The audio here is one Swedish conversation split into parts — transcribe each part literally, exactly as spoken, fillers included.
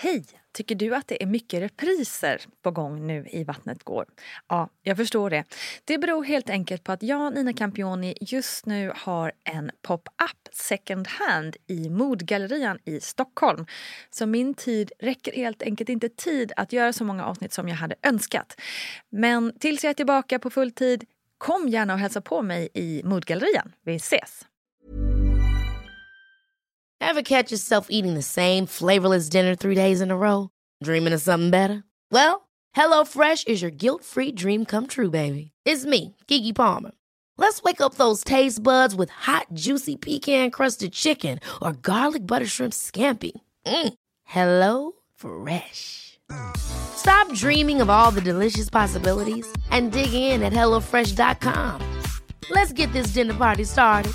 Hej! Tycker du att det är mycket repriser på gång nu i Vattnet går? Ja, jag förstår det. Det beror helt enkelt på att jag, Nina Campioni, just nu har en pop-up second hand i Modgallerian i Stockholm. Så min tid räcker helt enkelt inte tid att göra så många avsnitt som jag hade önskat. Men tills jag är tillbaka på full tid, kom gärna och hälsa på mig i Modgallerian. Vi ses! Ever catch yourself eating the same flavorless dinner three days in a row? Dreaming of something better? Well, HelloFresh is your guilt-free dream come true, baby. It's me, Keke Palmer. Let's wake up those taste buds with hot, juicy pecan-crusted chicken or garlic butter shrimp scampi. Mm. Hello Fresh. Stop dreaming of all the delicious possibilities and dig in at hello fresh dot com. Let's get this dinner party started.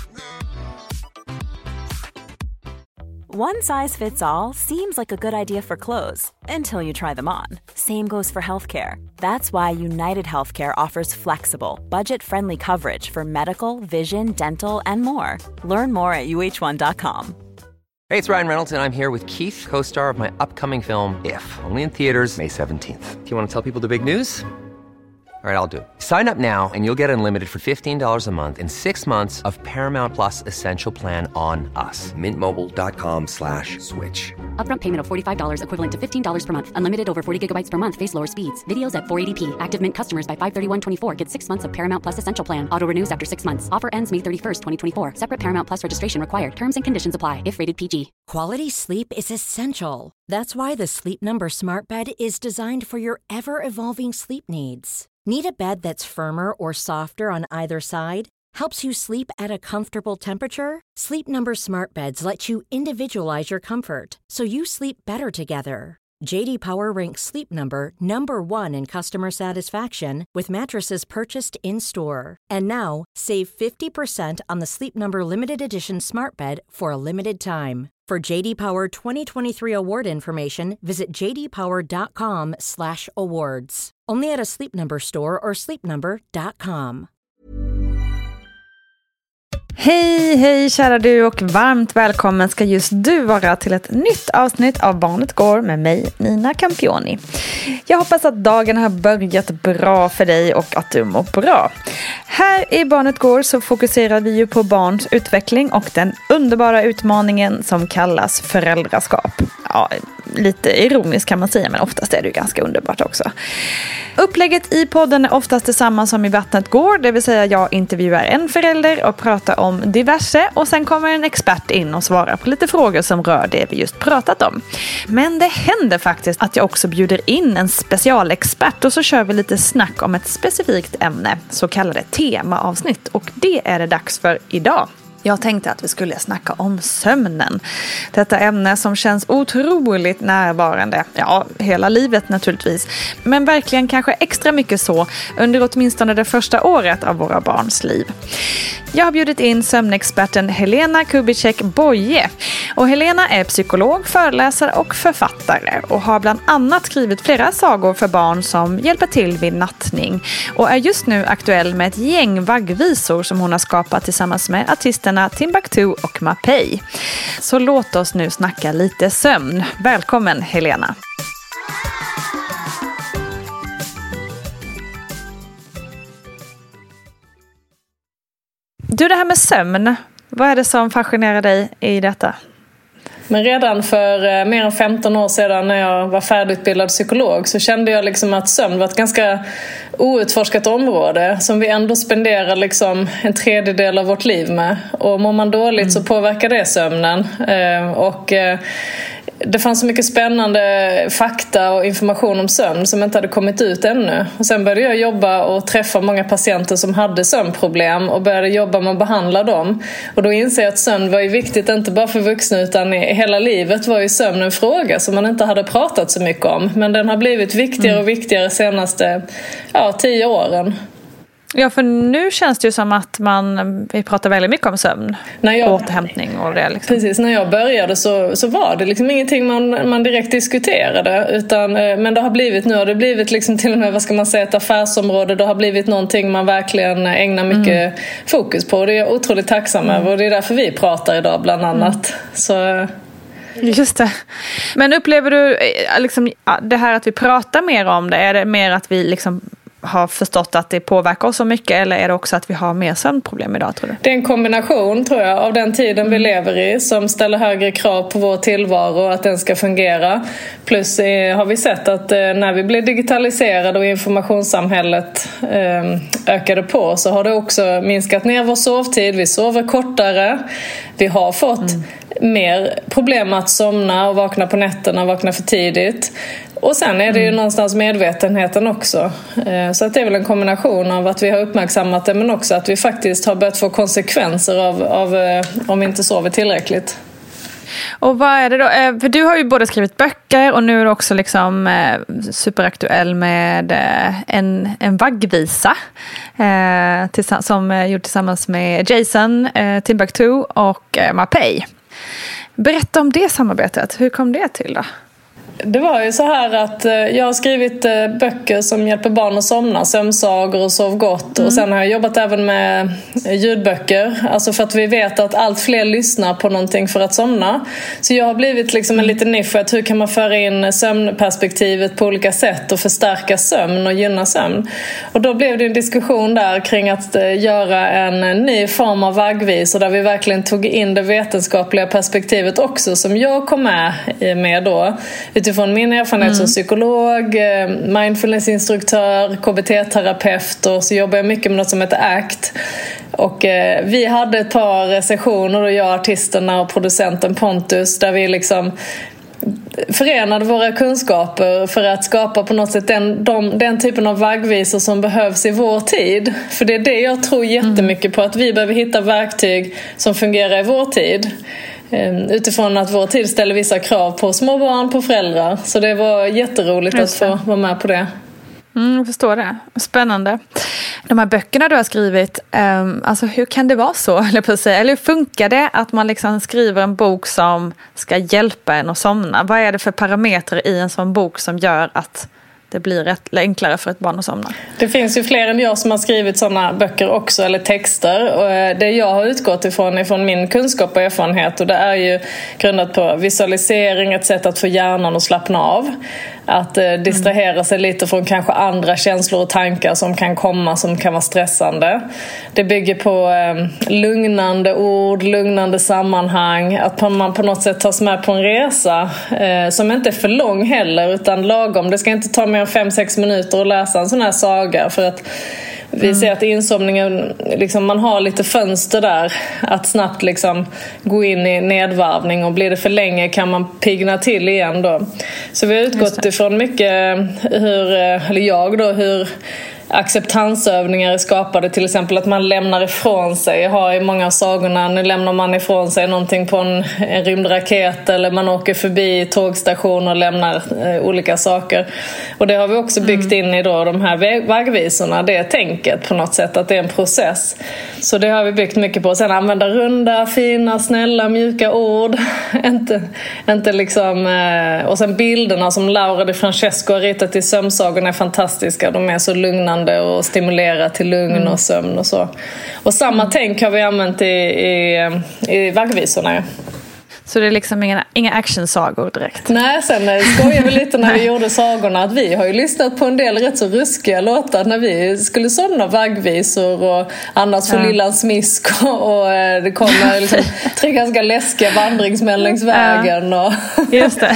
One size fits all seems like a good idea for clothes until you try them on. Same goes for healthcare. That's why United Healthcare offers flexible, budget-friendly coverage for medical, vision, dental, and more. Learn more at u h one dot com. Hey, it's Ryan Reynolds, and I'm here with Keith, co-star of my upcoming film, If, only in theaters May seventeenth. Do you want to tell people the big news? All right, I'll do it. Sign up now and you'll get unlimited for fifteen dollars a month and six months of Paramount Plus Essential Plan on us. Mint Mobile dot com slash switch. Upfront payment of forty-five dollars equivalent to fifteen dollars per month. Unlimited over forty gigabytes per month. Face lower speeds. Videos at four eighty p. Active Mint customers by five thirty-one twenty-four get six months of Paramount Plus Essential Plan. Auto renews after six months. Offer ends May thirty-first, twenty twenty-four. Separate Paramount Plus registration required. Terms and conditions apply if rated P G. Quality sleep is essential. That's why the Sleep Number Smart Bed is designed for your ever-evolving sleep needs. Need a bed that's firmer or softer on either side? Helps you sleep at a comfortable temperature? Sleep Number Smart Beds let you individualize your comfort, so you sleep better together. J D Power ranks Sleep Number number one in customer satisfaction with mattresses purchased in-store. And now, save fifty percent on the Sleep Number Limited Edition Smart Bed for a limited time. For J D Power twenty twenty-three award information, visit j d power dot com slash awards. Only at a Sleep Number store or sleep number dot com. Hej, hej kära du och varmt välkommen ska just du vara till ett nytt avsnitt av Barnet går med mig, Nina Campioni. Jag hoppas att dagen har börjat bra för dig och att du mår bra. Här i Barnet går så fokuserar vi ju på barns utveckling och den underbara utmaningen som kallas föräldraskap. Ja, lite ironiskt kan man säga, men oftast är det ju ganska underbart också. Upplägget i podden är oftast detsamma som i Vattnet går, det vill säga jag intervjuar en förälder och pratar om diverse och sen kommer en expert in och svarar på lite frågor som rör det vi just pratat om. Men det händer faktiskt att jag också bjuder in en specialexpert och så kör vi lite snack om ett specifikt ämne, så kallade temaavsnitt, och det är det dags för idag. Jag tänkte att vi skulle snacka om sömnen. Detta ämne som känns otroligt närvarande. Ja, hela livet naturligtvis. Men verkligen kanske extra mycket så under åtminstone det första året av våra barns liv. Jag har bjudit in sömnexperten Helena Kubicek-Boye. Och Helena är psykolog, föreläsare och författare. Och har bland annat skrivit flera sagor för barn som hjälper till vid nattning. Och är just nu aktuell med ett gäng vaggvisor som hon har skapat tillsammans med artisterna Timbuktu och Mapei. Så låt oss nu snacka lite sömn. Välkommen Helena. Du, det här med sömn, vad är det som fascinerar dig i detta? Men redan för mer än femton år sedan när jag var färdigutbildad psykolog så kände jag liksom att sömn var ett ganska outforskat område som vi ändå spenderar liksom en tredjedel av vårt liv med. Och mår man dåligt mm. så påverkar det sömnen. Och det fanns så mycket spännande fakta och information om sömn som inte hade kommit ut ännu. Och sen började jag jobba och träffa många patienter som hade sömnproblem och började jobba med att behandla dem. Och då inser jag att sömn var ju viktigt inte bara för vuxna utan i hela livet var ju sömn en fråga som man inte hade pratat så mycket om. Men den har blivit viktigare och viktigare de senaste ja, tio åren. Ja, för nu känns det ju som att man, vi pratar väldigt mycket om sömn, när jag, återhämtning och det. Liksom. Precis, när jag började så, så var det liksom ingenting man, man direkt diskuterade. Utan, men det har blivit nu, har det blivit liksom till och med, vad ska man säga, ett affärsområde. Det har blivit någonting man verkligen ägnar mycket mm. fokus på. Det är jag otroligt tacksam över och det är därför vi pratar idag bland annat. Mm. Så... Just det. Men upplever du liksom, det här att vi pratar mer om det? Är det mer att vi liksom har förstått att det påverkar oss så mycket, eller är det också att vi har mer sömnproblem idag, tror du? Det är en kombination, tror jag, av den tiden vi lever i som ställer högre krav på vår tillvaro, att den ska fungera. Plus eh, har vi sett att eh, när vi blev digitaliserade och informationssamhället eh, ökade på, så har det också minskat ner vår sovtid. Vi sover kortare. Vi har fått mm. mer problem att somna och vakna på nätterna och vakna för tidigt. Och sen är det ju mm. någonstans medvetenheten också. Så att det är väl en kombination av att vi har uppmärksammat det, men också att vi faktiskt har börjat få konsekvenser av, av om vi inte sover tillräckligt. Och vad är det då? För du har ju både skrivit böcker och nu är du också liksom superaktuell med en, en vaggvisa eh, som är gjord tillsammans med Jason, eh, Timbuktu och eh, Mapei. Berätta om det samarbetet. Hur kom det till då? Det var ju så här att jag har skrivit böcker som hjälper barn att somna, sömnsagor och sov gott. Mm. Och sen har jag jobbat även med ljudböcker. Alltså för att vi vet att allt fler lyssnar på någonting för att somna. Så jag har blivit liksom en liten nisch för att hur kan man föra in sömnperspektivet på olika sätt och förstärka sömn och gynna sömn. Och då blev det en diskussion där kring att göra en ny form av vaggvis, och där vi verkligen tog in det vetenskapliga perspektivet också, som jag kom med med då. Utifrån min erfarenhet mm. som psykolog, mindfulnessinstruktör, K B T-terapeut, och så jobbar jag mycket med något som heter ACT. Och eh, vi hade ett par sessioner, och jag, artisterna och producenten Pontus, där vi liksom förenade våra kunskaper för att skapa på något sätt den, de, den typen av vaggvisor som behövs i vår tid. För det är det jag tror jättemycket på, att vi behöver hitta verktyg som fungerar i vår tid. Utifrån att vår tid ställer vissa krav på små barn, på föräldrar. Så det var jätteroligt att få vara med på det. Mm, jag förstår det. Spännande. De här böckerna du har skrivit, um, alltså hur kan det vara så? Eller, på att säga? Eller hur funkar det att man liksom skriver en bok som ska hjälpa en att somna? Vad är det för parametrar i en sån bok som gör att det blir rätt enklare för ett barn att somna? Det finns ju fler än jag som har skrivit sådana böcker också, eller texter. Och det jag har utgått ifrån är från min kunskap och erfarenhet. Och det är ju grundat på visualisering, ett sätt att få hjärnan att slappna av. Att eh, distrahera sig lite från kanske andra känslor och tankar som kan komma, som kan vara stressande. Det bygger på eh, lugnande ord, lugnande sammanhang. Att man på något sätt tas med på en resa eh, som inte är för lång heller, utan lagom. Det ska inte ta mer än fem sex minuter att läsa en sån här saga, för att vi mm. ser att insomningen, liksom, man har lite fönster där att snabbt liksom gå in i nedvarvning, och blir det för länge kan man pigna till igen då. Så vi har utgått ifrån mycket hur, eller jag då, hur acceptansövningar är skapade, till exempel att man lämnar ifrån sig. Jag har i många av sagorna, nu lämnar man ifrån sig någonting på en, en rymdraket, eller man åker förbi tågstation och lämnar eh, olika saker. Och det har vi också byggt mm. in i då de här vaggvisorna, det är tänket på något sätt, att det är en process. Så det har vi byggt mycket på. Sen använda runda, fina, snälla, mjuka ord. inte, inte liksom, eh, och sen bilderna som Laura Di Francesco har ritat i sömnsagorna är fantastiska. De är så lugnande och stimulera till lugn mm. och sömn och så. Och samma mm. tänk har vi använt i, i, i vaggvisorna. Så det är liksom inga, inga actionsagor direkt? Nej, sen skojade vi lite när vi gjorde sagorna att vi har ju lyssnat på en del rätt så ruskiga låtar när vi skulle somna, vaggvisor och annars för ja. Lillan Smisk, och, och det kommer liksom tre ganska läskiga vandringsmän längs vägen. Och just det.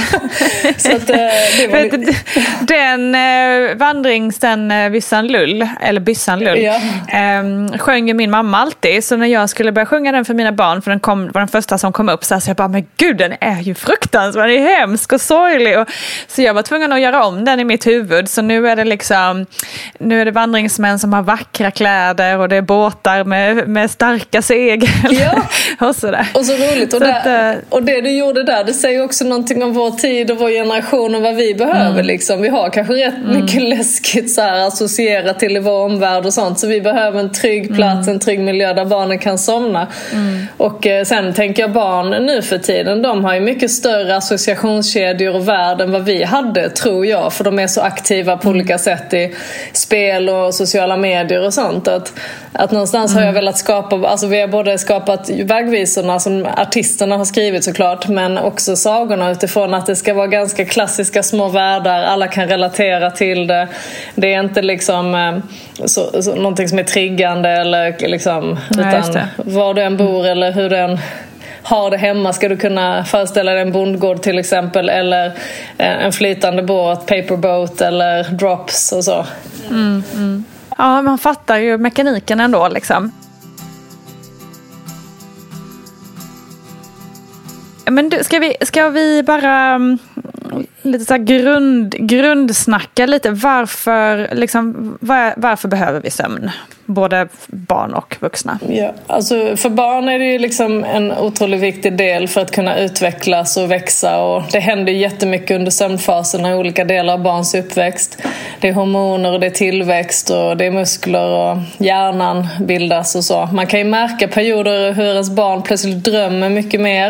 Så att, det var lite... Den eh, vandrings, den eh, Byssan Lull, eller Byssan Lull, ja. eh, sjöng ju min mamma alltid. Så när jag skulle börja sjunga den för mina barn, för den kom, var den första som kom upp, så jag bara, men gud, den är ju fruktansvärd, den är hemsk och sorglig. Och, så jag var tvungen att göra om den i mitt huvud. Så nu är det liksom, nu är det vandringsmän som har vackra kläder, och det är båtar med, med starka segel. Ja. och sådär. Och så roligt. Och, så där, att, och det du gjorde där, det säger också någonting om vår tid och vår generation och vad vi behöver. Mm. Liksom. Vi har kanske rätt mm. mycket läskigt så här, associerat till i vår omvärld och sånt. Så vi behöver en trygg plats, mm. en trygg miljö där barnen kan somna. Mm. Och eh, sen tänker jag barn nu för tiden, framtiden, de har ju mycket större associationskedjor och värld än vad vi hade, tror jag, för de är så aktiva på olika sätt i spel och sociala medier och sånt, att, att någonstans mm. har jag velat skapa, alltså vi har både skapat vägvisorna som artisterna har skrivit såklart, men också sagorna utifrån att det ska vara ganska klassiska små världar, alla kan relatera till det, det är inte liksom så, så, någonting som är triggande eller liksom, Nej, utan var du än bor eller hur du än har det hemma ska du kunna föreställa dig en bondgård till exempel, eller en flytande båt, paperboat eller drops och så. Mm, mm. Ja, man fattar ju mekaniken ändå liksom. Men du, ska vi, ska vi bara um, lite så här grund, grundsnacka lite varför, liksom, var, varför behöver vi sömn? Både barn och vuxna. Ja, alltså för barn är det ju liksom en otroligt viktig del för att kunna utvecklas och växa, och det händer jättemycket under sömnfaserna i olika delar av barns uppväxt. Det är hormoner och det är tillväxt och det är muskler och hjärnan bildas och så. Man kan ju märka perioder hur ens barn plötsligt drömmer mycket mer.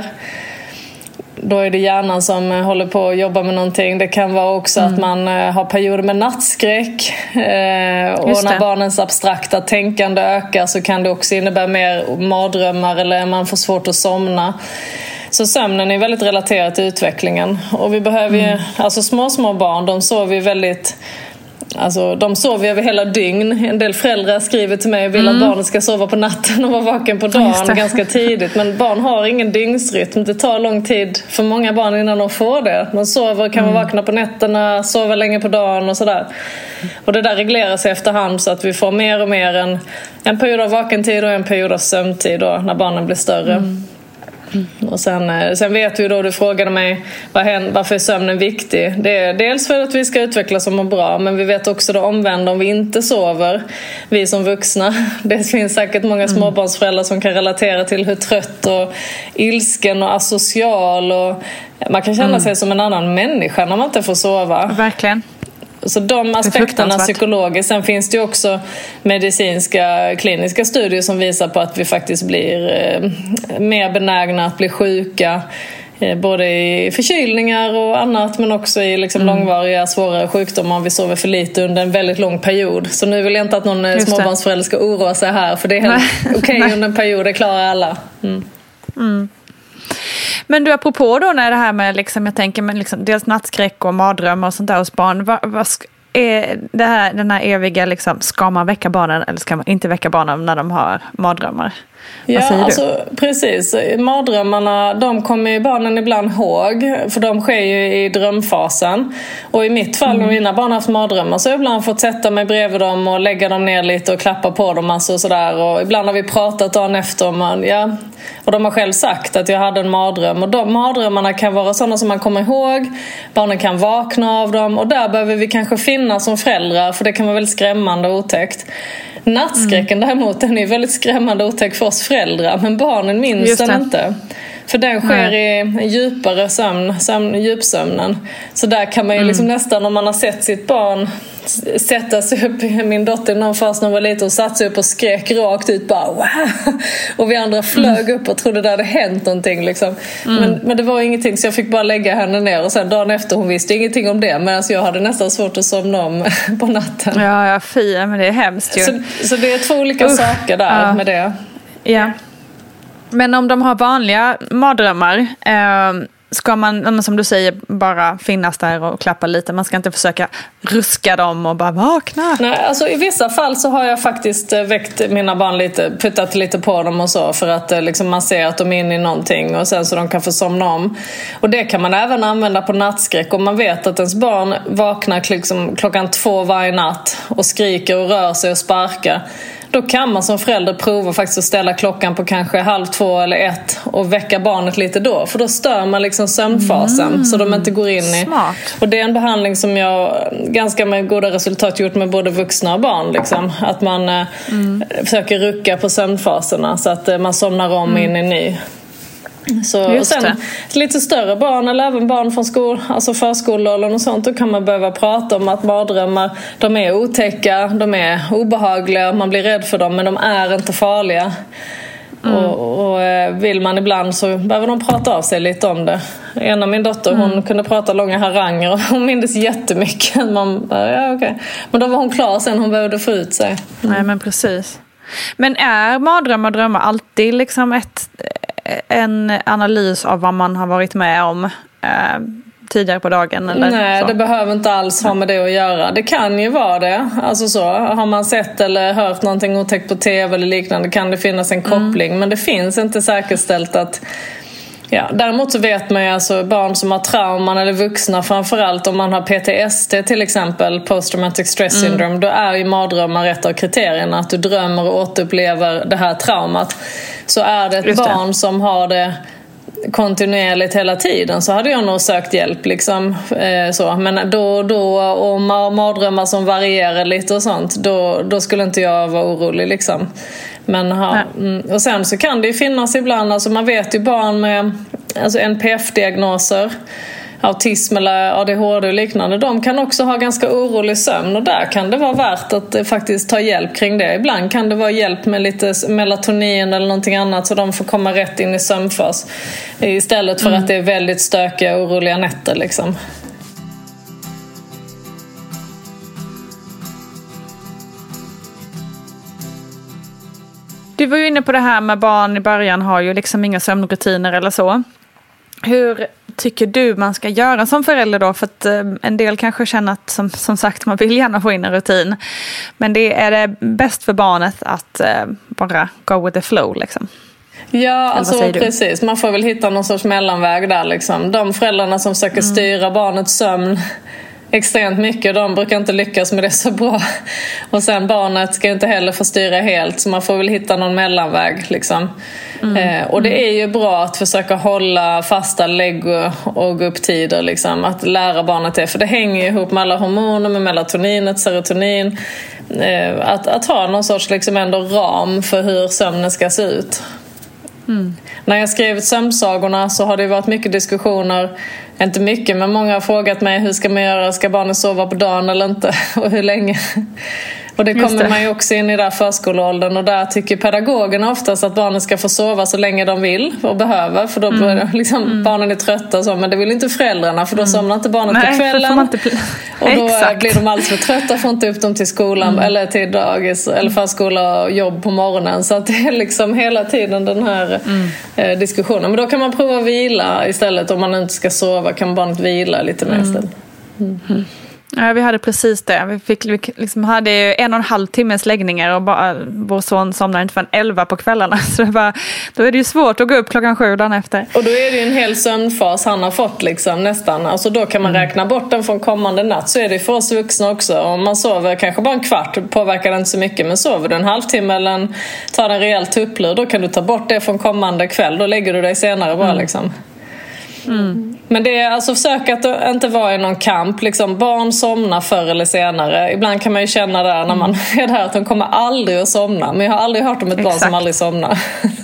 Då är det hjärnan som håller på att jobba med någonting. Det kan vara också mm. att man har perioder med nattskräck. Eh, och när barnens abstrakta tänkande ökar så kan det också innebära mer mardrömmar eller man får svårt att somna. Så sömnen är väldigt relaterad till utvecklingen. Och vi behöver mm. ju, alltså små små barn, de sover ju väldigt... Alltså, de sover över hela dygn. En del föräldrar skriver till mig och vill mm. att barnet ska sova på natten och vara vaken på dagen ganska tidigt. Men barn har ingen dygnsrytm. Det tar lång tid för många barn innan de får det. De sover, kan mm. vara vakna på nätterna, sova länge på dagen och sådär. Och det där reglerar sig efterhand så att vi får mer och mer en, en period av vakentid och en period av sömntid då, när barnen blir större. Mm. Och sen, sen vet vi då, du frågade mig varför är sömnen viktig. Det är dels för att vi ska utvecklas och må bra, men vi vet också det omvända om vi inte sover, vi som vuxna. Det finns säkert många småbarnsföräldrar som kan relatera till hur trött och ilsken och asocial och man kan känna mm. sig som en annan människa när man inte får sova. Verkligen. Så de aspekterna psykologiskt. Sen finns det ju också medicinska, kliniska studier som visar på att vi faktiskt blir eh, mer benägna att bli sjuka. Eh, både i förkylningar och annat, men också i liksom mm. långvariga svåra sjukdomar om vi sover för lite under en väldigt lång period. Så nu vill jag inte att någon Just småbarnsförälder ska oroa sig här, för det är helt okej okay, under en period, det klarar alla. Mm. Mm. Men du, apropå då när det här med liksom, jag tänker med liksom, dels nattskräck och mardrömmar och sånt där hos barn, vad, vad är det här, den här eviga liksom, ska man väcka barnen eller ska man inte väcka barnen när de har mardrömmar? Ja, vad säger alltså, du? Precis. Mardrömmarna, de kommer ju barnen ibland ihåg, för de sker ju i drömfasen. Och i mitt fall, mm. när mina barn har haft mardrömmar, så har jag ibland fått sätta mig bredvid dem och lägga dem ner lite och klappa på dem alltså, och sådär. Och ibland har vi pratat dagen efter om man, ja, och de har själv sagt att jag hade en mardröm. Och de mardrömmarna kan vara sådana som man kommer ihåg. Barnen kan vakna av dem. Och där behöver vi kanske finna som föräldrar, för det kan vara väldigt skrämmande och otäckt. Nattskräcken mm. däremot, den är väldigt skrämmande och otäck för oss föräldrar, men barnen minns den inte. För den sker Nej. i djupare sömn, sömn, djupsömnen. Så där kan man ju mm. liksom nästan, om man har sett sitt barn sätta sig upp, min dotter någon fast när hon var liten och satt sig upp och skrek rakt ut bara wow! Och vi andra flög mm. upp och trodde det hade hänt någonting liksom. Mm. men, men det var ingenting, så jag fick bara lägga henne ner, och sen dagen efter, hon visste ingenting om det, men alltså jag hade nästan svårt att somna om på natten. Ja, ja, fy, men det är hemskt ju. Så, så det är två olika uh, saker där uh, med det. Ja. Men om de har vanliga mardrömmar, eh, ska man, som du säger, bara finnas där och klappa lite? Man ska inte försöka ruska dem och bara vakna? Nej, alltså i vissa fall så har jag faktiskt väckt mina barn lite, puttat lite på dem och så, för att liksom, man ser att de är inne i någonting och sen så de kan få somna om. Och det kan man även använda på nattskräck. Om man vet att ens barn vaknar liksom, klockan två varje natt och skriker och rör sig och sparkar, då kan man som förälder prova faktiskt att ställa klockan på kanske halv två eller ett och väcka barnet lite då. För då stör man liksom sömnfasen mm. så de inte går in i. Smart. Och det är en behandling som jag ganska med goda resultat gjort med både vuxna och barn. Liksom. Att man mm. försöker rucka på sömnfaserna så att man somnar om mm. in i ny. Så, och sen det. Lite större barn eller även barn från skol, alltså förskoleåldern och sånt, då kan man behöva prata om att mardrömmar, de är otäcka, de är obehagliga, man blir rädd för dem, men de är inte farliga. Mm. Och, och vill man ibland så behöver de prata av sig lite om det. En av min dotter, mm. hon kunde prata långa haranger och hon mindes jättemycket. Man bara, ja, okay. Men då var hon klar sen, hon behövde få ut sig. Mm. Nej, men precis. Men är mardrömmar och drömmar alltid liksom ett, en analys av vad man har varit med om eh, tidigare på dagen? Eller Nej, så? Det behöver inte alls ha med det att göra. Det kan ju vara det. Alltså så, har man sett eller hört någonting otäckt på tv eller liknande kan det finnas en koppling. Mm. Men det finns inte säkerställt att... Ja, däremot så vet man ju alltså barn som har trauman eller vuxna, framförallt om man har P T S D till exempel, Post Traumatic Stress Syndrome, mm. då är ju mardrömmar ett av kriterierna, att du drömmer och återupplever det här traumat. Så är det ett Just barn det. som har det kontinuerligt hela tiden, så hade jag nog sökt hjälp liksom, eh, så. Men då då och mardrömmar som varierar lite och sånt, då, då skulle inte jag vara orolig liksom. Men ha, och sen så kan det ju finnas ibland, alltså man vet ju barn med alltså N P F-diagnoser, autism eller A D H D och liknande, de kan också ha ganska orolig sömn, och där kan det vara värt att faktiskt ta hjälp kring det. Ibland kan det vara hjälp med lite melatonin eller någonting annat så de får komma rätt in i sömnfas istället för mm. att det är väldigt stökiga och oroliga nätter liksom. Du var ju inne på det här med barn i början har ju liksom inga sömnrutiner eller så. Hur tycker du man ska göra som förälder då? För att eh, en del kanske känner att som, som sagt man vill gärna få in en rutin. Men det är det bäst för barnet att eh, bara go with the flow liksom. Ja, alltså precis. Man får väl hitta någon sorts mellanväg där liksom. De föräldrarna som försöker mm. styra barnets sömn extremt mycket, de brukar inte lyckas med det så bra. Och sen barnet ska inte heller få styra helt, så man får väl hitta någon mellanväg liksom. Mm. Eh, och det är ju bra att försöka hålla fasta lägg- och gupptider liksom, att lära barnet det, för det hänger ju ihop med alla hormoner, med melatoninet, serotonin, eh, att, att ha någon sorts liksom ändå ram för hur sömnen ska se ut. Mm. När jag skrev sömnsagorna så har det varit mycket diskussioner, inte mycket men många har frågat mig, hur ska man göra, ska barnen sova på dagen eller inte och hur länge. Och det kommer det. man ju också in i där förskoleåldern, och där tycker pedagogerna oftast att barnen ska få sova så länge de vill och behöver, för då mm. blir liksom, mm. barnen är trötta och så, men det vill inte föräldrarna, för då mm. somnar inte barnet Nej, på kvällen inte pl- och då Exakt. blir de alldeles för trötta, får inte upp dem till skolan mm. eller till dagis eller förskola och jobb på morgonen, så att det är liksom hela tiden den här mm. eh, diskussionen. Men då kan man prova att vila istället, om man inte ska sova kan barnet vila lite mer mm. istället. Mm. Mm. Ja, vi hade precis det. Vi fick vi liksom hade ju en och en halv timmes läggningar och bara, vår son somnade inte förrän elva på kvällarna. Så det var, då är det ju svårt att gå upp klockan sju dagen efter. Och då är det ju en hel sömnfas han har fått liksom, nästan. Alltså då kan man mm. räkna bort den från kommande natt. Så är det för oss vuxna också. Om man sover kanske bara en kvart påverkar det inte så mycket. Men sover du en halvtimme eller en, tar en rejäl tupplur, då kan du ta bort det från kommande kväll. Då lägger du dig senare bara mm. liksom. Mm. Men det är alltså försök att inte vara i någon kamp liksom. Barn somnar förr eller senare. Ibland kan man ju känna där när man är där att de kommer aldrig att somna. Men jag har aldrig hört om ett Exakt. barn som aldrig somnar.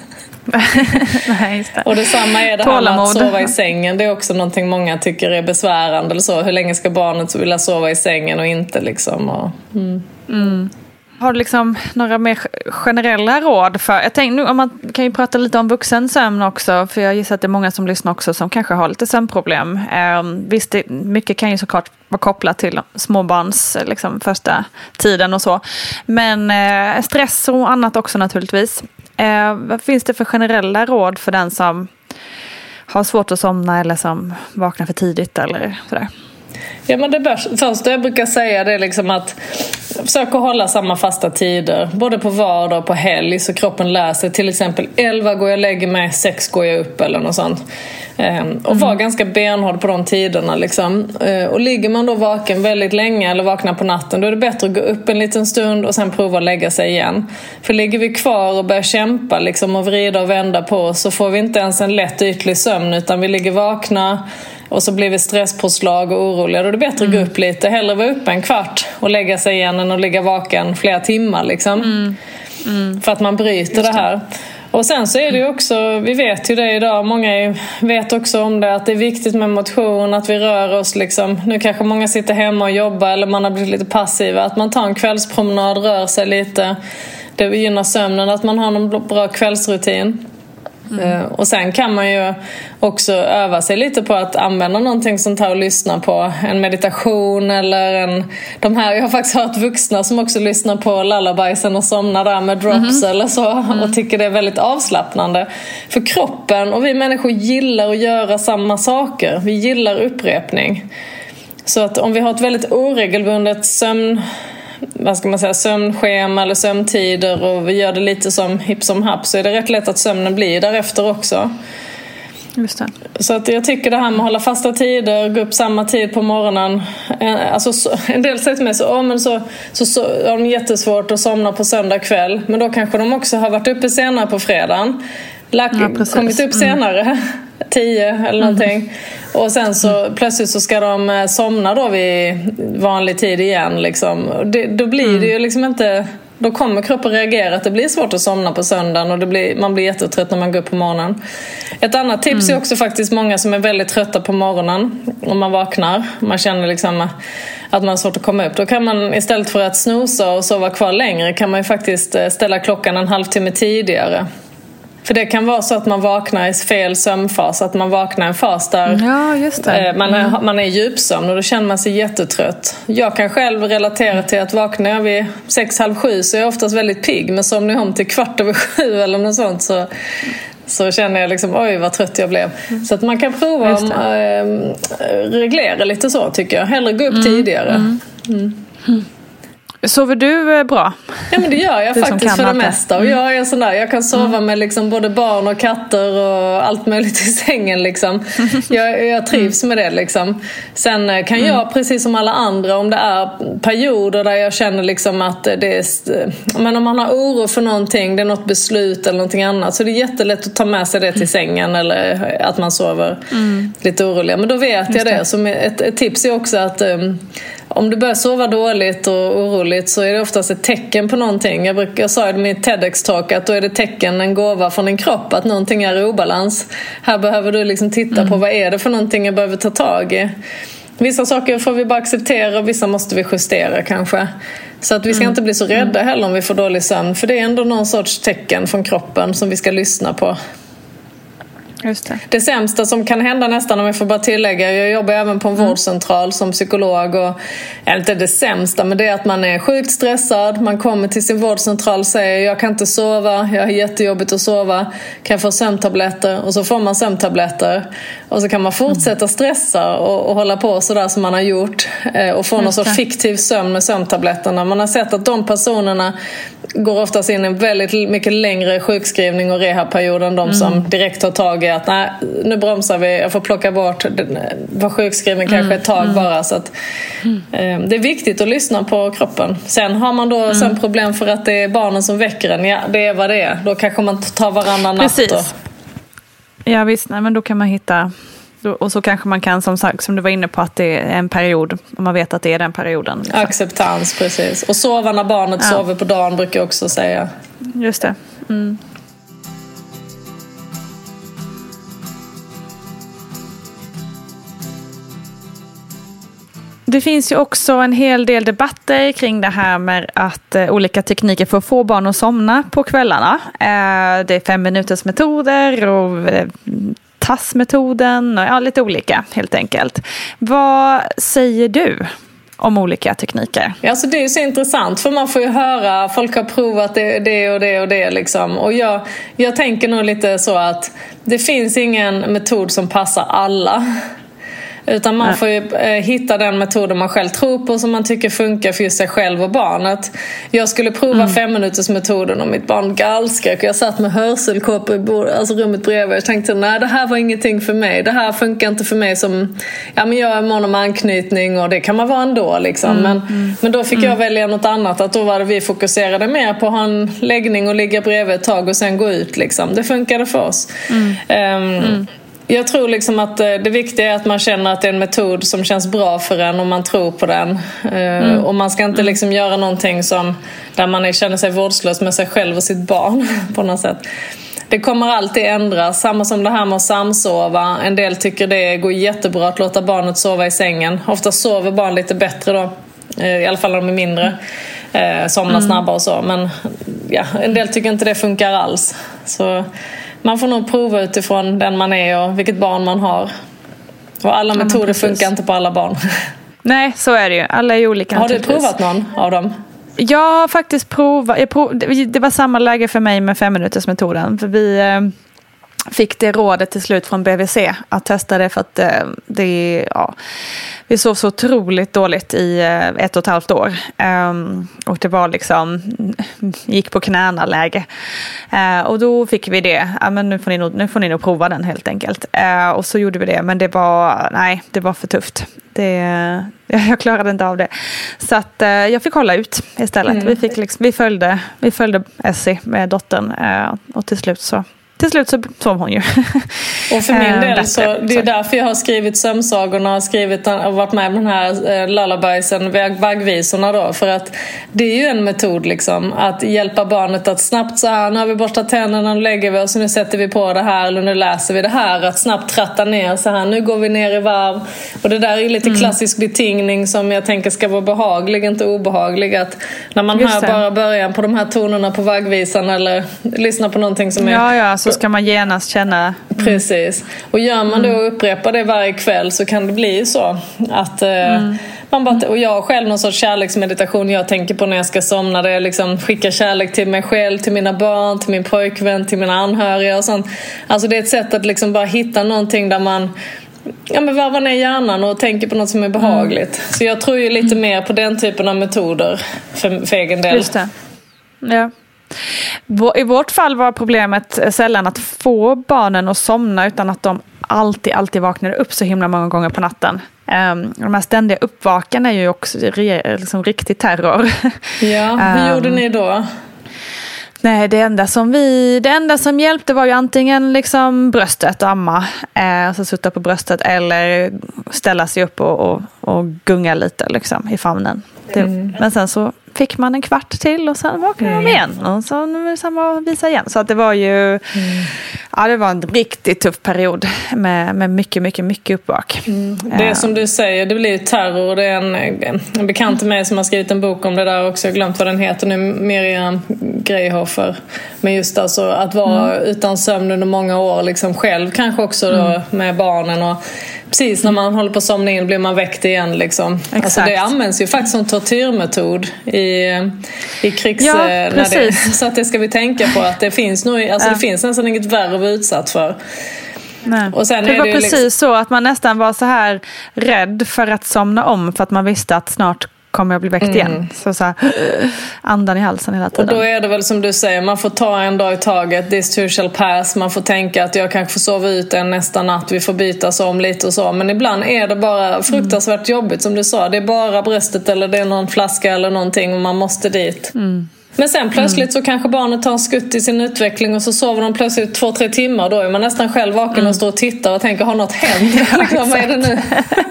Nej, just det. Och detsamma är det här med att sova i sängen. Det är också någonting många tycker är besvärande eller så. Hur länge ska barnet vilja sova i sängen och inte liksom. Och, mm. Mm. Har du liksom några mer generella råd för, jag tänkte nu om man kan ju prata lite om vuxensömn också, för jag gissar att det är många som lyssnar också som kanske har lite sömnproblem. Eh, visst, det, mycket kan ju såklart vara kopplat till småbarns liksom, första tiden och så, men eh, stress och annat också naturligtvis. Eh, vad finns det för generella råd för den som har svårt att somna eller som vaknar för tidigt eller sådär? Ja, men det bör, först jag brukar säga det är liksom att försöka hålla samma fasta tider både på vardag och på helg, så kroppen lär sig till exempel elva går jag lägger mig, sex går jag upp eller något sånt. Ehm, och mm. vara ganska benhård på de tiderna liksom. Ehm, och ligger man då vaken väldigt länge eller vaknar på natten, då är det bättre att gå upp en liten stund och sen prova att lägga sig igen. För ligger vi kvar och börjar kämpa liksom, och vrida och vända på, så får vi inte ens en lätt ytlig sömn, utan vi ligger vakna och så blir vi stresspåslag och oroliga. Då är det bättre mm. att gå upp lite, hellre vara uppe en kvart och lägga sig igen än att ligga vaken flera timmar liksom. Mm. Mm. För att man bryter det. det här. Och sen så är det ju också, vi vet ju det idag, många vet också om det, att det är viktigt med motion, att vi rör oss liksom. Nu kanske många sitter hemma och jobbar eller man har blivit lite passiva, att man tar en kvällspromenad, rör sig lite. det gynnar sömnen att man har någon bra kvällsrutin. Mm. Och sen kan man ju också öva sig lite på att använda någonting sånt här och lyssna på en meditation eller en, de här, jag har faktiskt hört vuxna som också lyssnar på lullabysen och somnar där med drops mm. eller så mm. och tycker det är väldigt avslappnande för kroppen. Och vi människor gillar att göra samma saker, vi gillar upprepning. Så att om vi har ett väldigt oregelbundet sömn vad ska man säga, sömnschema eller sömntider och vi gör det lite som hipp som happ, så är det rätt lätt att sömnen blir därefter också. Just det. Så att jag tycker det här med att hålla fasta tider, gå upp samma tid på morgonen, alltså så, en del säger till mig så, oh, men så, så, så är de jättesvårt att somna på söndag kväll, men då kanske de också har varit uppe senare på fredagen, Lack, ja, kommit upp senare mm. tio eller någonting mm. och sen så mm. plötsligt så ska de somna då vid vanlig tid igen liksom. Det, då blir mm. det ju liksom inte, då kommer kroppen reagera att det blir svårt att somna på söndagen och det blir, man blir jättetrött när man går upp på morgonen. Ett annat tips mm. är också faktiskt många som är väldigt trötta på morgonen om man vaknar, man känner liksom att man har svårt att komma upp, då kan man istället för att snosa och sova kvar längre kan man ju faktiskt ställa klockan en halvtimme tidigare. För det kan vara så att man vaknar i fel sömnfas, att man vaknar i en fas där ja, just det. Mm. Man, är, man är i djupsömn och då känner man sig jättetrött. Jag kan själv relatera till att vaknar jag vid sex, halv sju så är jag oftast väldigt pigg, men somnar jag om till kvart över sju eller något sånt så, så känner jag liksom, oj vad trött jag blev. Mm. Så att man kan prova att äh, reglera lite så tycker jag. Hellre gå upp mm. tidigare. Mm. Mm. Mm. Sover du bra? Ja, men det gör jag du faktiskt för det mesta. Och jag är sån där, jag kan sova mm. med liksom både barn och katter och allt möjligt i sängen liksom. Jag, jag trivs med det liksom. Sen kan jag, mm. precis som alla andra, om det är perioder där jag känner liksom att det är, men om man har oro för någonting, det är något beslut eller någonting annat, så det är jättelätt att ta med sig det till sängen eller att man sover mm. lite oroliga. Men då vet Just jag det. det. Så ett, ett tips är också att um, om du börjar sova dåligt och oroligt så är det oftast ett tecken på någonting. Jag, brukar, jag sa i min TEDx-talk att då är det tecken, en gåva från din kropp att någonting är i obalans. Här behöver du liksom titta mm. på vad är det för någonting jag behöver ta tag i. Vissa saker får vi bara acceptera och vissa måste vi justera kanske. Så att vi ska mm. inte bli så rädda heller om vi får dålig sömn. För det är ändå någon sorts tecken från kroppen som vi ska lyssna på. Just det. Det sämsta som kan hända nästan, om jag får bara tillägga, jag jobbar även på en mm. vårdcentral som psykolog och inte det sämsta, men det är att man är sjukt stressad, man kommer till sin vårdcentral och säger jag kan inte sova, jag har jättejobbigt att sova, kan jag få sömntabletter? Och så får man sömntabletter och så kan man fortsätta stressa och, och hålla på sådär som man har gjort och få någon sorts fiktiv sömn med sömntabletterna. Man har sett att de personerna går oftast in i en väldigt mycket längre sjukskrivning och rehabperiod än de mm. som direkt tar tag i att nej, nu bromsar vi, jag får plocka bort var sjukskriven mm. kanske ett tag mm. bara. Så att, mm. eh, det är viktigt att lyssna på kroppen. Sen har man då mm. sen problem för att det är barnen som väcker en. Ja, det är vad det är. Då kanske man tar varannan natt. Precis. Då. Ja visst, nej, men då kan man hitta, och så kanske man kan som sagt, som du var inne på, att det är en period, om man vet att det är den perioden. Liksom. Acceptans, precis. Och sova när barnet ja. sover på dagen brukar jag också säga. Just det. Mm. Det finns ju också en hel del debatter kring det här med att eh, olika tekniker för att få barn att somna på kvällarna. Eh, det är fem minuters metoder och eh, tassmetoden och ja, lite olika helt enkelt. Vad säger du om olika tekniker? Ja, alltså det är ju så intressant för man får ju höra, folk har provat det, det och det och det liksom. Och jag, jag tänker nog lite så att det finns ingen metod som passar alla. Utan man får ju eh, hitta den metoden man själv tror på som man tycker funkar för sig själv och barnet. Jag skulle prova mm. fem minuters metoden och mitt barn gallskrek. Jag satt med hörselkåpor i bordet, alltså rummet bredvid. Jag tänkte, nej det här var ingenting för mig. Det här funkar inte för mig som, ja men jag är mån om anknytning och det kan man vara ändå liksom. Mm. Men, mm. men då fick mm. jag välja något annat. Att då var det vi fokuserade mer på att ha en läggning och ligga bredvid ett tag och sen gå ut liksom. Det funkade för oss. Mm. Um, mm. Jag tror liksom att det viktiga är att man känner att det är en metod som känns bra för en och man tror på den. Mm. Och man ska inte liksom göra någonting som, där man känner sig vårdslös med sig själv och sitt barn på något sätt. Det kommer alltid ändras. Samma som det här med att samsova. En del tycker det går jättebra att låta barnet sova i sängen. Ofta sover barn lite bättre då. I alla fall när de är mindre. Eh, somna mm. snabbare och så. Men ja, en del tycker inte det funkar alls. Så man får nog prova utifrån den man är och vilket barn man har. Och alla ja, metoder funkar inte på alla barn. Nej, så är det ju. Alla är olika. Har du provat någon av dem? Jag har faktiskt provat. Jag prov, det var samma läge för mig med femminutersmetoden. För vi eh, fick det rådet till slut från B V C att testa det för att eh, det, ja, vi sov så otroligt dåligt i eh, ett och ett halvt år. Um, och det var liksom, gick på knäna läge. Uh, och då fick vi det. Ja, men nu får ni nog, nu får ni nog prova den helt enkelt. Uh, och så gjorde vi det. Men det var, nej, det var för tufft. Det, jag klarade inte av det. Så att uh, jag fick hålla ut istället. Mm. Vi, fick liksom, vi, följde, vi följde Essie med dottern. Uh, och till slut så Till slut så sov hon ju. Och för min del så, det är därför jag har skrivit sömnsagorna och skrivit och varit med med den här lullabiesen, vaggvisorna då. För att det är ju en metod liksom, att hjälpa barnet att snabbt så här, nu har vi borstat tänderna, nu lägger vi oss, nu sätter vi på det här, eller nu läser vi det här. Att snabbt tratta ner så här, nu går vi ner i varv. Och det där är lite mm. klassisk betingning som jag tänker ska vara behaglig, inte obehaglig. Att när man hör bara början på de här tonerna på vaggvisan eller lyssnar på någonting som är... Ja, ja, så ska man genast känna... Precis. Och gör man då och upprepar det varje kväll så kan det bli så att mm. man bara... Och jag har själv någon sorts kärleksmeditation jag tänker på när jag ska somna. Där jag liksom skickar kärlek till mig själv, till mina barn, till min pojkvän, till mina anhöriga och sånt. Alltså det är ett sätt att liksom bara hitta någonting där man... Ja, men varvar ner hjärnan och tänker på något som är behagligt. Mm. Så jag tror ju lite mer på den typen av metoder för, för egen del. Just det. Ja. I vårt fall var problemet sällan att få barnen att somna utan att de alltid, alltid vaknade upp så himla många gånger på natten. De här ständiga uppvakarna är ju också liksom riktig terror. Ja, hur um, gjorde ni då? Nej, det enda som vi det enda som hjälpte var ju antingen liksom bröstet, amma, eh, alltså sutta på bröstet eller ställa sig upp och, och, och gunga lite liksom i famnen. Det, mm. Men sen så fick man en kvart till och sen vaknade mm. de igen och så var samma visa igen. Så att det var ju mm. ja, det var en riktigt tuff period med, med mycket, mycket, mycket uppvak. Mm. Det är som du säger, det blir terror. Det är en, en bekant till mig som har skrivit en bok om det där också. Jag har glömt vad den heter nu, Miriam Greyhofer. Men just alltså att vara mm. utan sömn under många år liksom själv, kanske också då mm. med barnen och precis när man håller på att somna in blir man väckt igen liksom. Alltså det används ju faktiskt som tortyrmetod i, i krigs... Ja, när det, så att det ska vi tänka på att det finns nog, alltså ja. det finns nästan inget värre att vara utsatt för. Nej. Och sen det är var det precis liksom... så att man nästan var så här rädd för att somna om för att man visste att snart kommer jag bli väckt igen. Mm. Så så här, andan i halsen hela tiden. Och då är det väl som du säger, man får ta en dag i taget. This too shall pass. Man får tänka att jag kanske får sova ut en nästa natt. Vi får bytas om lite och så. Men ibland är det bara fruktansvärt mm. jobbigt som du sa. Det är bara bröstet eller det är någon flaska eller någonting och man måste dit. Mm. Men sen plötsligt mm. så kanske barnet tar en skutt i sin utveckling och så sover de plötsligt två, tre timmar. Då är man nästan själv vaken mm. och står och tittar och tänker, har något hänt? Ja, liksom, vad är det nu?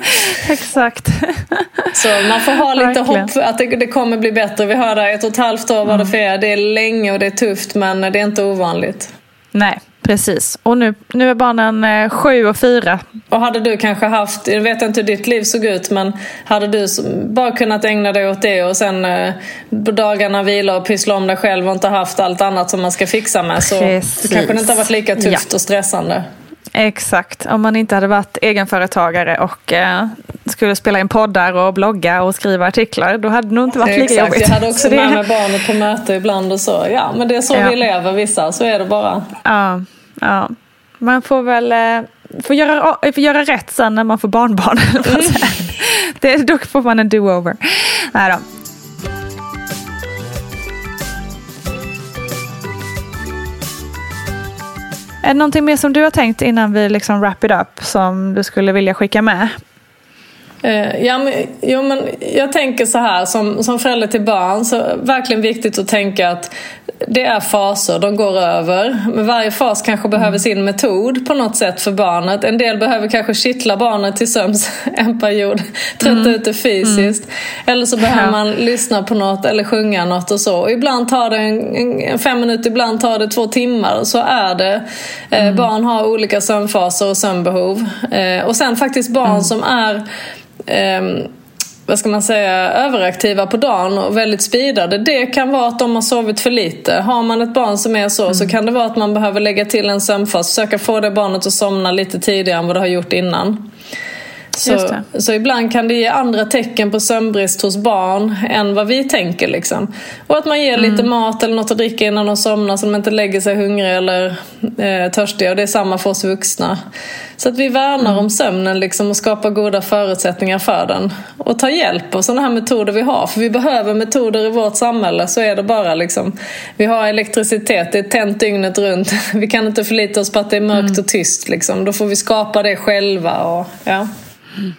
Exakt. Så man får ha lite verkligen. Hopp att det, det kommer bli bättre. Vi hör där ett och ett halvt år var det för er. Det är länge och det är tufft men det är inte ovanligt. Nej. Precis. Och nu, nu är barnen eh, sju och fyra. Och hade du kanske haft, jag vet inte hur ditt liv såg ut, men hade du bara kunnat ägna dig åt det och sen eh, på dagarna vila och pyssla om dig själv och inte haft allt annat som man ska fixa med, så det kanske inte har varit lika tufft ja. och stressande. Exakt. Om man inte hade varit egenföretagare och eh, skulle spela in poddar och blogga och skriva artiklar, då hade det nog inte varit lika Exakt. jobbigt. Jag hade också med mig barnet på möte ibland och så. Ja, men det är så ja. vi lever vissa, så är det bara. Ja, ja. Man får väl eh, får göra, får göra rätt sen när man får barnbarn. Mm. det, då får man en do-over. Nej då. Är det någonting mer som du har tänkt innan vi liksom wrap it up som du skulle vilja skicka med? Uh, ja, men, jo, men jag tänker så här som, som förälder till barn, så verkligen viktigt att tänka att det är faser, de går över. Men varje fas kanske mm. behöver sin metod på något sätt för barnet. En del behöver kanske kittla barnet till sömns en period, trötta mm. ut det fysiskt. Mm. Eller så behöver ja. man lyssna på något eller sjunga något och så. Och ibland tar det en, en, fem minuter, ibland tar det två timmar. Så är det. Mm. Eh, barn har olika sömnfaser och sömnbehov. Eh, och sen faktiskt barn mm. som är... Um, vad ska man säga, överaktiva på dagen och väldigt speedade. Det kan vara att de har sovit för lite. Har man ett barn som är så mm. så kan det vara att man behöver lägga till en sömnfas, försöka få det barnet att somna lite tidigare än vad det har gjort innan. Så, så ibland kan det ge andra tecken på sömnbrist hos barn än vad vi tänker liksom. Och att man ger mm. lite mat eller något att dricka innan de somnar så de inte lägger sig hungriga eller eh, törstiga. Och det är samma för oss vuxna. Så att vi värnar mm. om sömnen liksom, och skapar goda förutsättningar för den. Och ta hjälp av sådana här metoder vi har. För vi behöver metoder i vårt samhälle. Så är det bara liksom. Vi har elektricitet, det är tänt dygnet runt. Vi kan inte förlita oss på att det är mörkt mm. och tyst liksom. Då får vi skapa det själva och ja. Mm.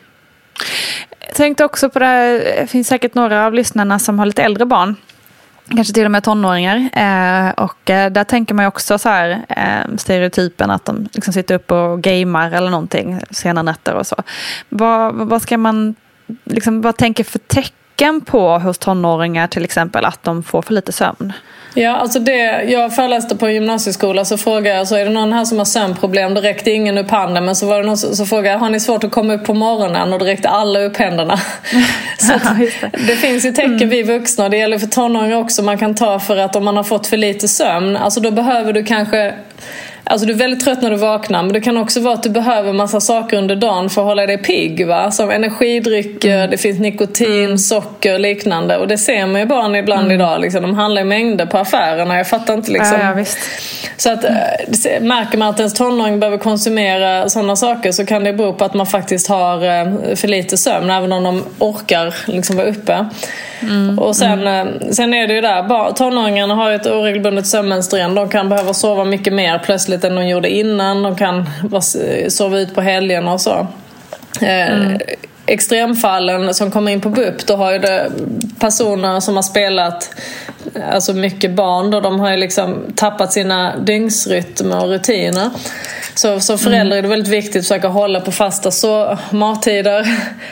Jag tänkte också på det här, det finns säkert några av lyssnarna som har lite äldre barn, kanske till och med tonåringar, eh, och eh, där tänker man ju också så här eh, stereotypen att de liksom sitter upp och gamer eller någonting sena nätter och så. Vad, vad ska man liksom, vad tänker för tecken på hos tonåringar till exempel att de får för lite sömn? Ja, alltså det, jag föreläste på en gymnasieskola, så frågade jag, så är det någon här som har sömnproblem? Då räckte ingen upp handen, men så var det någon så, så frågade jag, har ni svårt att komma upp på morgonen? Och då räckte alla upp händerna. Så att, det. det finns ju tecken mm. vi vuxna, det gäller för tonåringar också, man kan ta för att om man har fått för lite sömn, alltså då behöver du kanske... Alltså du är väldigt trött när du vaknar, men det kan också vara att du behöver massa saker under dagen för att hålla dig pigg, va? Som energidrycker, mm. det finns nikotin, mm. socker, liknande. Och det ser man ju barn ibland mm. idag, liksom. De handlar i mängder på affärerna, jag fattar inte liksom. Ja, ja, visst. Så att, mm. märker man att ens tonåring behöver konsumera sådana saker, så kan det bero på att man faktiskt har för lite sömn, även om de orkar liksom vara uppe. Mm. Och sen, mm. sen är det ju där, tonåringarna har ett oregelbundet sömnmönster. De kan behöva sova mycket mer plötsligt än de gjorde innan. De kan sova ut på helgen och så. Mm. Extremfallen som kommer in på B U P, då har ju det personer som har spelat, alltså mycket barn då, de har ju liksom tappat sina dygnsrytmer och rutiner. Så som förälder är det väldigt viktigt att försöka hålla på fasta så mattider.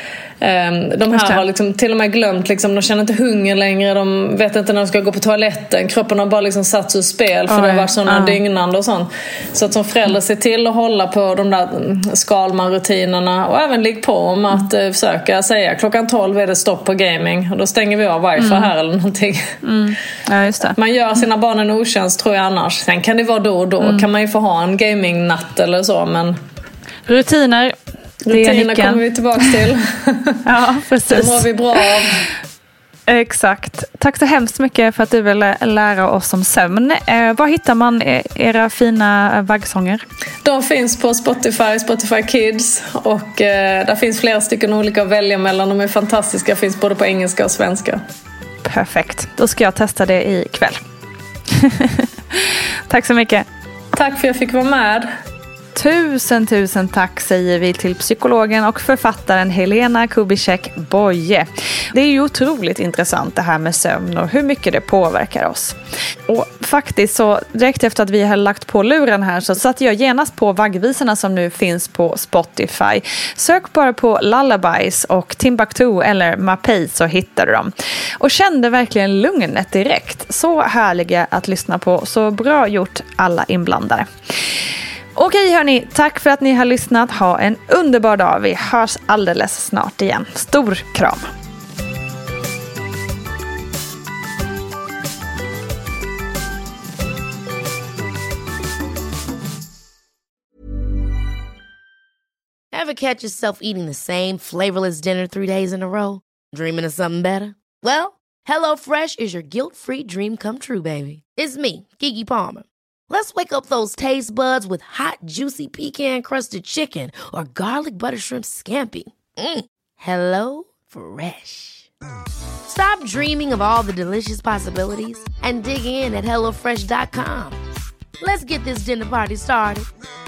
De här har liksom till och med glömt liksom, de känner inte hunger längre, de vet inte när de ska gå på toaletten, kroppen har bara liksom satts ur spel för Oj, det har varit sådana uh. dygnande och sånt. Så att som förälder ser till att hålla på de där Skalman-rutinerna och även ligga på om att uh, försöka säga klockan tolv är det stopp på gaming och då stänger vi av wifi mm. här eller någonting. Mm. Ja, just det. Man gör sina barn en otjänst, tror jag annars. Sen kan det vara då och då, mm. kan man ju få ha en gaming-natt eller så, men rutiner Rutiner kommer vi tillbaka till. Ja, precis. Det mår vi bra av. Exakt. Tack så hemskt mycket för att du vill lära oss om sömn. Eh, var hittar man era fina vaggsånger? De finns på Spotify, Spotify Kids. Och eh, där finns flera stycken olika att välja mellan. De är fantastiska, finns både på engelska och svenska. Perfekt. Då ska jag testa det ikväll. Tack så mycket. Tack för att jag fick vara med. Tusen, tusen tack säger vi till psykologen och författaren Helena Kubicek Boye. Det är ju otroligt intressant det här med sömn och hur mycket det påverkar oss. Och faktiskt så direkt efter att vi har lagt på luren här så satte jag genast på vaggvisorna som nu finns på Spotify. Sök bara på Lullabies och Timbuktu eller Mapei så hittar du dem. Och kände verkligen lugnet direkt. Så härliga att lyssna på. Så bra gjort alla inblandade. Okej hörni, tack för att ni har lyssnat. Ha en underbar dag. Vi hörs alldeles snart igen. Stor kram. Ever catch yourself eating the same flavorless dinner three days in a row? Dreaming of something better? Well, HelloFresh is your guilt-free dream come true, baby. It's me, Keke Palmer. Let's wake up those taste buds with hot, juicy pecan-crusted chicken or garlic butter shrimp scampi. Mm. Hello Fresh. Stop dreaming of all the delicious possibilities and dig in at hello fresh dot com. Let's get this dinner party started.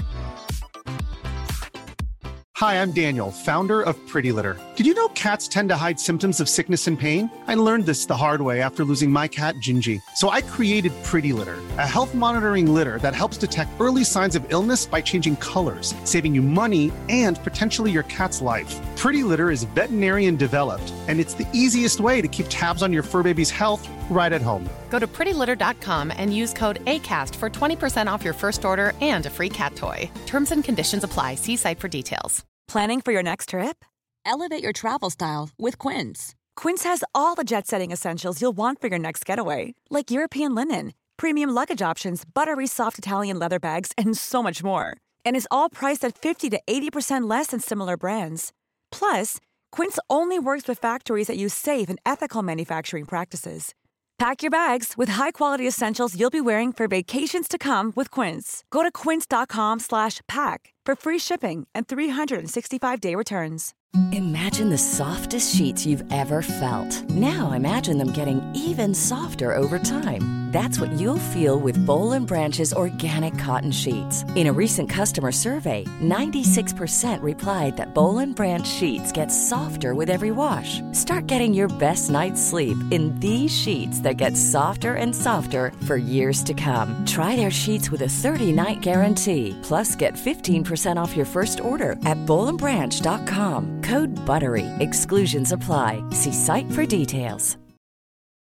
Hi, I'm Daniel, founder of Pretty Litter. Did you know cats tend to hide symptoms of sickness and pain? I learned this the hard way after losing my cat, Gingy. So I created Pretty Litter, a health monitoring litter that helps detect early signs of illness by changing colors, saving you money and potentially your cat's life. Pretty Litter is veterinarian developed, and it's the easiest way to keep tabs on your fur baby's health right at home. Go to pretty litter dot com and use code ACAST for twenty percent off your first order and a free cat toy. Terms and conditions apply. See site for details. Planning for your next trip? Elevate your travel style with Quince. Quince has all the jet-setting essentials you'll want for your next getaway, like European linen, premium luggage options, buttery soft Italian leather bags, and so much more. And is all priced at fifty to eighty percent less than similar brands. Plus, Quince only works with factories that use safe and ethical manufacturing practices. Pack your bags with high-quality essentials you'll be wearing for vacations to come with Quince. Go to quince.com slash pack for free shipping and three sixty-five day returns. Imagine the softest sheets you've ever felt. Now imagine them getting even softer over time. That's what you'll feel with Boll and Branch's organic cotton sheets. In a recent customer survey, ninety-six percent replied that Boll and Branch sheets get softer with every wash. Start getting your best night's sleep in these sheets that get softer and softer for years to come. Try their sheets with a thirty-night guarantee. Plus, get fifteen percent off your first order at boll and branch dot com. Code BUTTERY. Exclusions apply. See site for details.